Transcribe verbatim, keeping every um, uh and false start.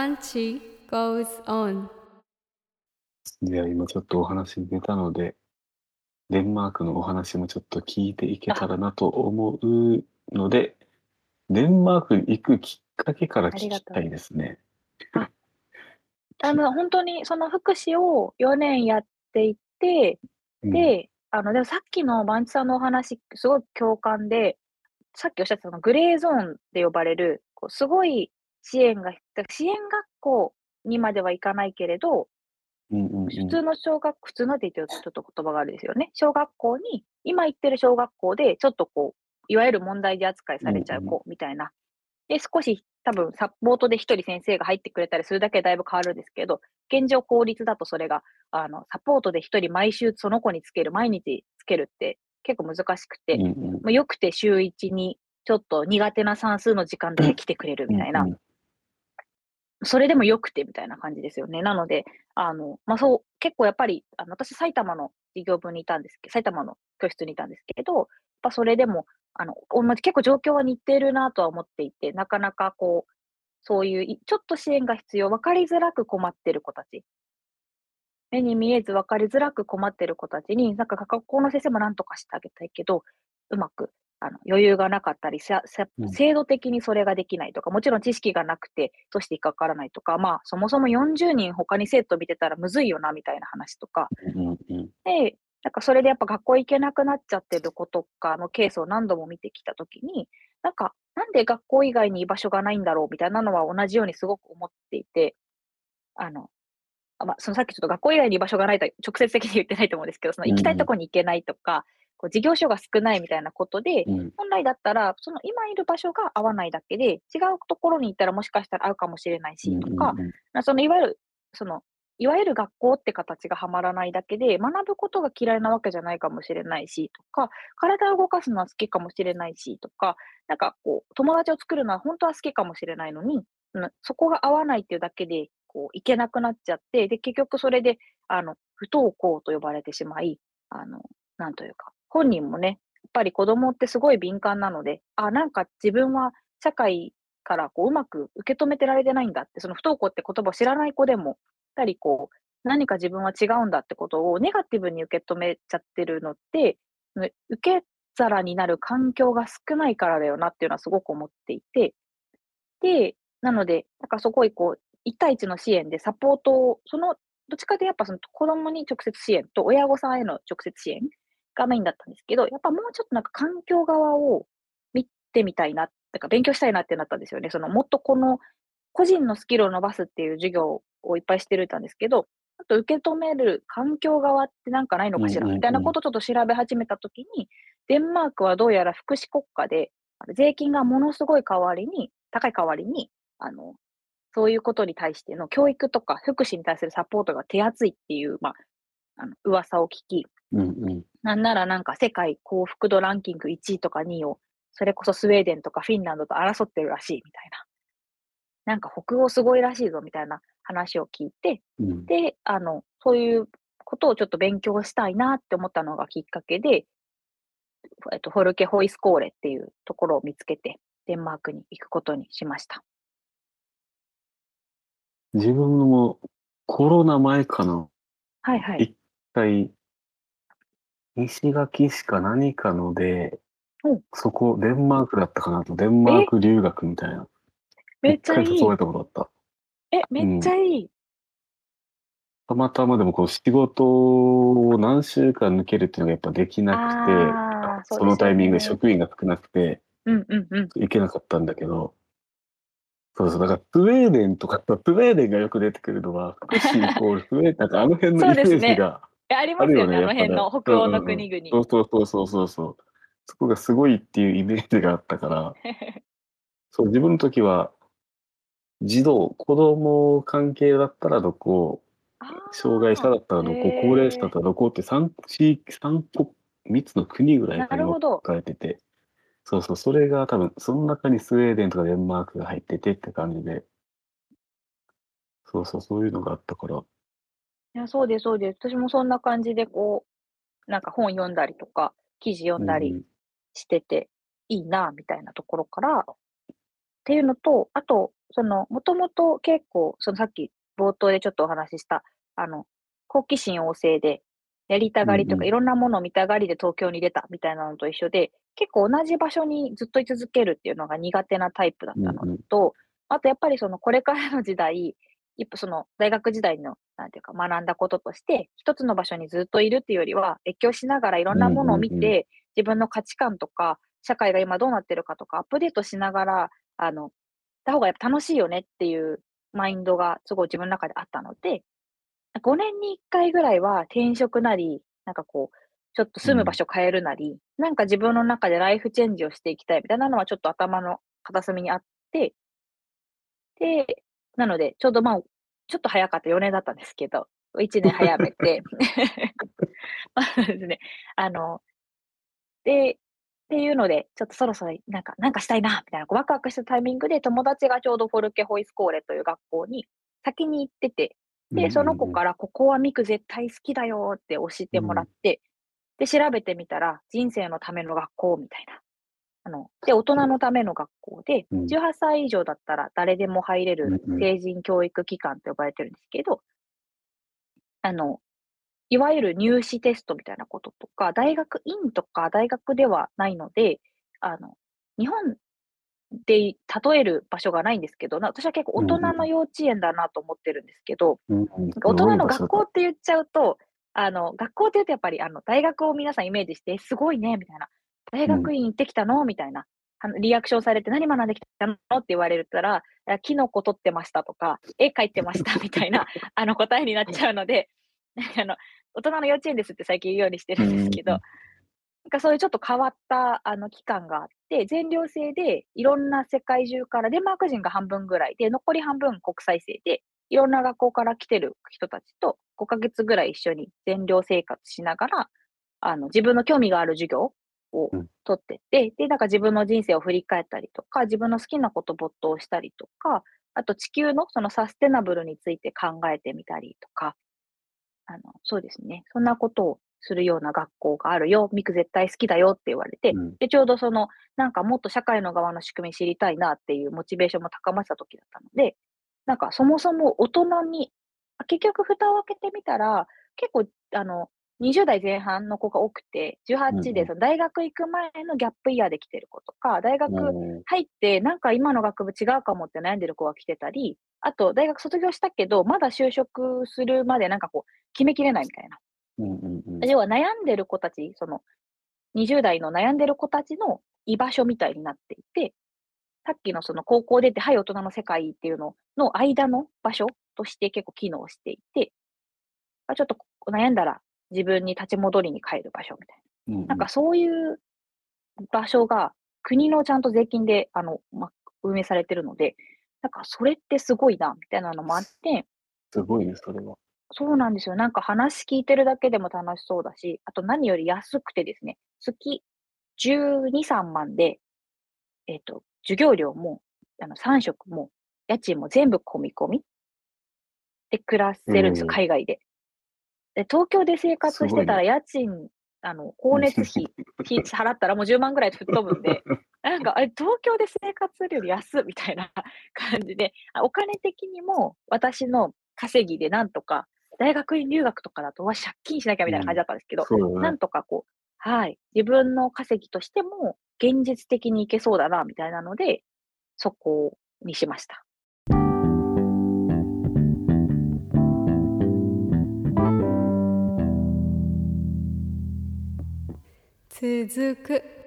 Brunch goes on. では今ちょっとお話に出たので、デンマークのお話もちょっと聞いていけたらなと思うので、デンマークに行くきっかけから聞きたいですね。 あ、あの、本当にその福祉をよねんやっていて、 うん。 で、あの、でもさっきのバンチさんのお話、すごく共感で、さっきおっしゃってたそのグレーゾーンで呼ばれる、こうすごい支援が、支援学校にまではいかないけれど、 うんうんうん。 普通の小学普通のって言うとちょっと言葉があるですよね。小学校に、今行ってる小学校で、ちょっとこう、いわゆる問題児扱いされちゃううんうん。 子みたいな。で、少し多分サポートで一人先生が入ってくれたりするだけでだいぶ変わるんですけど、現状公立だとそれが、あの、サポートで一人毎週その子につける、毎日つけるって結構難しくて、 うんうん。 まあ、よくて週いちにちょっと苦手な算数の時間だけ来てくれるみたいな。 うんうん。 それでも良くてみたいな感じですよね。なので、あの、まあ、そう、結構やっぱり、あの、私埼玉の事業部にいたんですけど、埼玉の教室にいたんですけど、やっぱそれでも、あの、同じ結構状況は似てるなとは思っていて、なかなかこう、そういういちょっと支援が必要、分かりづらく困ってる子たち、目に見えず分かりづらく困ってる子たちに、なんか学校の先生も何とかしてあげたいけど、うまく、あの、余裕がなかったり、ささうん。 制度的にそれができないとか、もちろん知識がなくてどうしていいかわからないとか、まあ、そもそもよんじゅうにん他に生徒見てたらむずいよなみたいな話とか、 うんうんうん。 で、なんかそれでやっぱ学校行けなくなっちゃってる子とかのケースを何度も見てきたときに、なんか、なんで学校以外に居場所がないんだろうみたいなのは同じようにすごく思っていて、あの、あ、ま、そのさっきちょっと学校以外に居場所がないとは直接的に言ってないと思うんですけど、そのうんうん。 行きたいとこに行けないとか、こう事業所が少ないみたいなことで、 うん。 本来だったら、その今いる場所が合わないだけで、違うところに行ったらもしかしたら合うかもしれないうんしとか、 うんうん。 な、そのいわゆる、その、いわゆる学校って形がはまらないだけで、学ぶことが嫌いなわけじゃないかもしれないしとか、体を動かすのは好きかもしれないしとか、なんかこう、友達を作るのは本当は好きかもしれないのに、うん、そこが合わないっていうだけで、こう行けなくなっちゃって、で、結局それで、あの、不登校と呼ばれてしまい、あの、なんというか、本人もね、やっぱり子供ってすごい敏感なので、あ、なんか自分は社会からこううまく受け止めてられてないんだって、その不登校って言葉を知らない子でも、やっぱりこう、何か自分は違うんだってことをネガティブに受け止めちゃってるのって、ね、受け皿になる環境が少ないからだよなっていうのはすごく思っていて、で、なので、なんかそこいこう、いち対いちの支援でサポートを、その、どっちかでやっぱその子供に直接支援と親御さんへの直接支援がメインだったんですけど、やっぱもうちょっとなんか環境側を見てみたいな、なんか勉強したいなってなったんですよね。そのもっとこの個人のスキルを伸ばすっていう授業をいっぱいしてるたんですけど、あと受け止める環境側ってなんかないのうんかしらみうんうん。 たいなことをちょっと調べ始めたときに、デンマークはどうやら福祉国家で、あの税金がものすごい代わりに高い代わりに、あの、そういうことに対しての教育とか福祉に対するサポートが手厚いっていう、まあ、あの、噂を聞き、 うんうん。 なんならなんか世界幸福度ランキングいちいとかにいを、それこそスウェーデンとかフィンランドと争ってるらしいみたいな。なんか北欧すごいらしいぞみたいな話を聞いて、 うん。 で、あの、そういうことをちょっと勉強したいなって思ったのがきっかけで、えっと、フォルケホイスコーレっていうところを見つけて、デンマークに行くことにしました。 自分もコロナ前かな、 はいはい。 一回、石垣市か何かので、 うん。 そこ、デンマークだったかなと、デンマーえ、 ク留学みたいな。 めっちゃ一回誘われいい。 たことあった。 え、めっちうん。 ゃいい。 たまたまでもこう仕事を何週間抜けるっていうのがやっぱできなくて、 ああ、そうそですのタイミングでよね。 職員が少なくて、 うんうんうん。 行けなかったんだけど、そうそう、だからスウェーデンとか、スウェーデンがよく出てくるのは、福祉イコールスウェーデン、なんかあの辺のそうイですね。 メージがえ、ありますよね、 あるよね、 あの辺やっぱね。 の北欧のうんうんうん。 国々。 そうそうそうそうそうそう。そこがすごいっていうイメージがあったから、そう、自分の時は、児童、子供関係だったらどこ、障害者あだったらあ、 どこ、高齢者だっへえ、 たらどこってさん地域、さんこ、みっつの国ぐらいなかに分るほど。 かれてて、そうそう、それが多分、その中にスウェーデンとかデンマークが入っててって感じで、そうそう、そういうのがあったから、 いや、そうですそうです。私もそんな感じでこう、なんか本読んだりとか、記事読んだりうんしてて、いいなみたいなところからっていうのと、あと、 その、もともと結構、そのさっき冒頭でちょっとお話しした、あの、好奇心旺盛で、やりたがりというか、 うんうんいろんなものを見たがりで東京に出たみたいなのと一緒で、結構同じ場所にずっと居続けるっていうのが苦手なタイプだったのうんうんと、あとやっぱりそのこれからの時代、一歩その大学時代の、なんていうか学んだこととして、一つの場所にずっといるっていうよりは、越境しながらいろんなものを見うんうんうんて、自分の価値観とか、社会が今どうなってるかとか、アップデートしながら、あの、た方がやっぱ楽しいよねっていうマインドがすごい自分の中であったので、ごねんにいっかいぐらいは転職なり、なんかこう、ちょっと住む場所変えるなり、なんか自分の中でライフチェンジをしていきたいみたいなのはちょっと頭の片隅にあって、で、なので、ちょうどまあ、ちょっと早かったよねんだったんですけど、いちねん早めて、まあですね、あの、で、っていうので、ちょっとそろそろなんかなんかしたいなみたいな、こうワクワクしたタイミングで、友達がちょうどフォルケホイスコーレという学校に先に行ってて、で、 うんうんその子からここはミク絶対好きだよって教えてもらって、で、調べてみたら、人生のための学校みたいな。あの、で、大人のための学校で、 うんじゅうはっさい以上だったら誰でも入れるうんうん成人教育機関と呼ばれてるんですけど、あの、いわゆる入試テストみたいなこととか、大学院とか大学ではないので、あの、日本で例える場所がないんですけど、な私は結構大人の幼稚園だなと思ってるんですけど、 うんうんなんか大人の学すごい場所だ。 校って言っちゃうと、あの、学校って言うとやっぱりあの、大学を皆さんイメージして、すごいね、みたいな。大学院行ってきたのみたいな。あの、リアクションされて、何学んできたのって言われたら、いやキノコ取ってましたとか、絵描いてましたみたいな、あの、答えになっちゃうので、なんかあの、大人の幼稚園ですって最近言うようにしてるんですけど、 うんなんかそういうちょっと変わったあの期間があって、全寮制でいろんな世界中から、デンマーク人が半分ぐらいで、残り半分国際生で、いろんな学校から来てる人たちとごかげつぐらい一緒に全寮生活しながら、あの、自分の興味がある授業をうん取ってって、で、なんか自分の人生を振り返ったりとか、自分の好きなこと没頭したりとか、あと地球のそのサステナブルについて考えてみたりとか、あの、そうですね。そんなことをするような学校があるよ。ミク絶対好きだよって言われて、 うんで、ちょうどその、なんかもっと社会の側の仕組み知りたいなっていうモチベーションも高まってた時だったので、なんかそもそも大人に、あ結局蓋を開けてみたら、結構、あの、にじゅう代前半の子が多くて、じゅうはちでその大学行く前のギャップイヤーで来てる子とか、大学うん入ってなんか今の学部違うかもって悩んでる子が来てたり、あと大学卒業したけど、まだ就職するまでなんかこう、決めきれないみたいな。 うんうんうん要は悩んでる子たち、そのにじゅう代の悩んでる子たちの居場所みたいになっていて、さっきのその高校出て、はい大人の世界っていうのの間の場所として結構機能していて、あちょっと悩んだら自分に立ち戻りに帰る場所みたいな。 うんうんなんかそういう場所が国のちゃんと税金であの、ま、運営されてるので、なんかそれってすごいなみたいなのもあって、 すごいね、それは。 そうなんですよ。なんか話聞いてるだけでも楽しそうだし、あと何より安くてですね、月じゅうに、さんまんで、えっと、授業料も、あの、さん食も、家賃も全部込み込みで暮らせるんですよ、 うん海外で。で、東京で生活してたらす家賃、あの、光熱費、ひ払ったらもうじゅうまんぐらい吹っ飛ぶんで、なんか、あれ、東京で生活するより安っみたいな感じで、あお金的にも私の稼ぎでなんとか、大学院留学とかだと、うわ、借金しなきゃみたいな感じだったんですけど、なそうだね。 んとかこう、はい、自分の稼ぎとしても現実的にいけそうだなみたいなので、そこにしました。 続く